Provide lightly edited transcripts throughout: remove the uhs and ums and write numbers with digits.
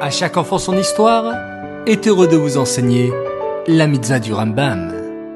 À chaque enfant son histoire est heureux de vous enseigner la mitzvah du Rambam.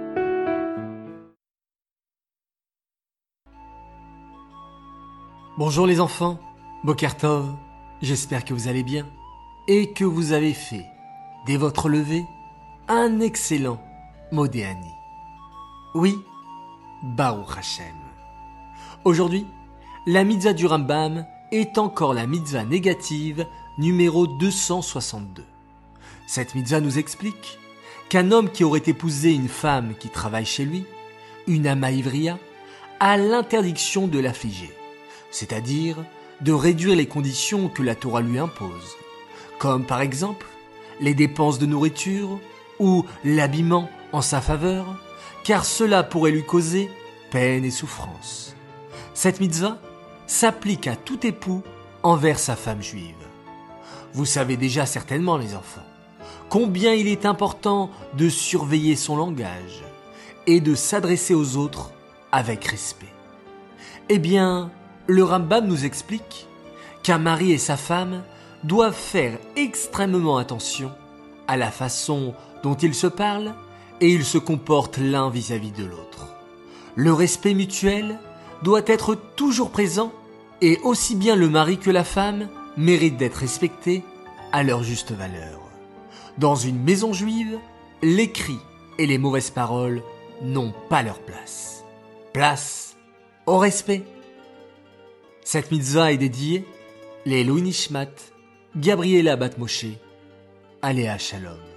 Bonjour les enfants, Boker Tov, j'espère que vous allez bien et que vous avez fait, dès votre lever, un excellent Modéani. Oui, Baruch Hashem. Aujourd'hui, la mitzvah du Rambam est encore la mitzvah négative numéro 262. Cette mitzvah nous explique qu'un homme qui aurait épousé une femme qui travaille chez lui, une ama ivriya, a l'interdiction de l'affliger, c'est-à-dire de réduire les conditions que la Torah lui impose, comme par exemple les dépenses de nourriture ou l'habillement en sa faveur, car cela pourrait lui causer peine et souffrance. Cette mitzvah s'applique à tout époux envers sa femme juive. Vous savez déjà certainement, les enfants, combien il est important de surveiller son langage et de s'adresser aux autres avec respect. Eh bien, le Rambam nous explique qu'un mari et sa femme doivent faire extrêmement attention à la façon dont ils se parlent et ils se comportent l'un vis-à-vis de l'autre. Le respect mutuel doit être toujours présent et aussi bien le mari que la femme méritent d'être respectés à leur juste valeur. Dans une maison juive, les cris et les mauvaises paroles n'ont pas leur place. Place au respect. Cette mitzvah est dédiée les Louis Nishmat, Gabriela Bat Moshe, Aléa Shalom.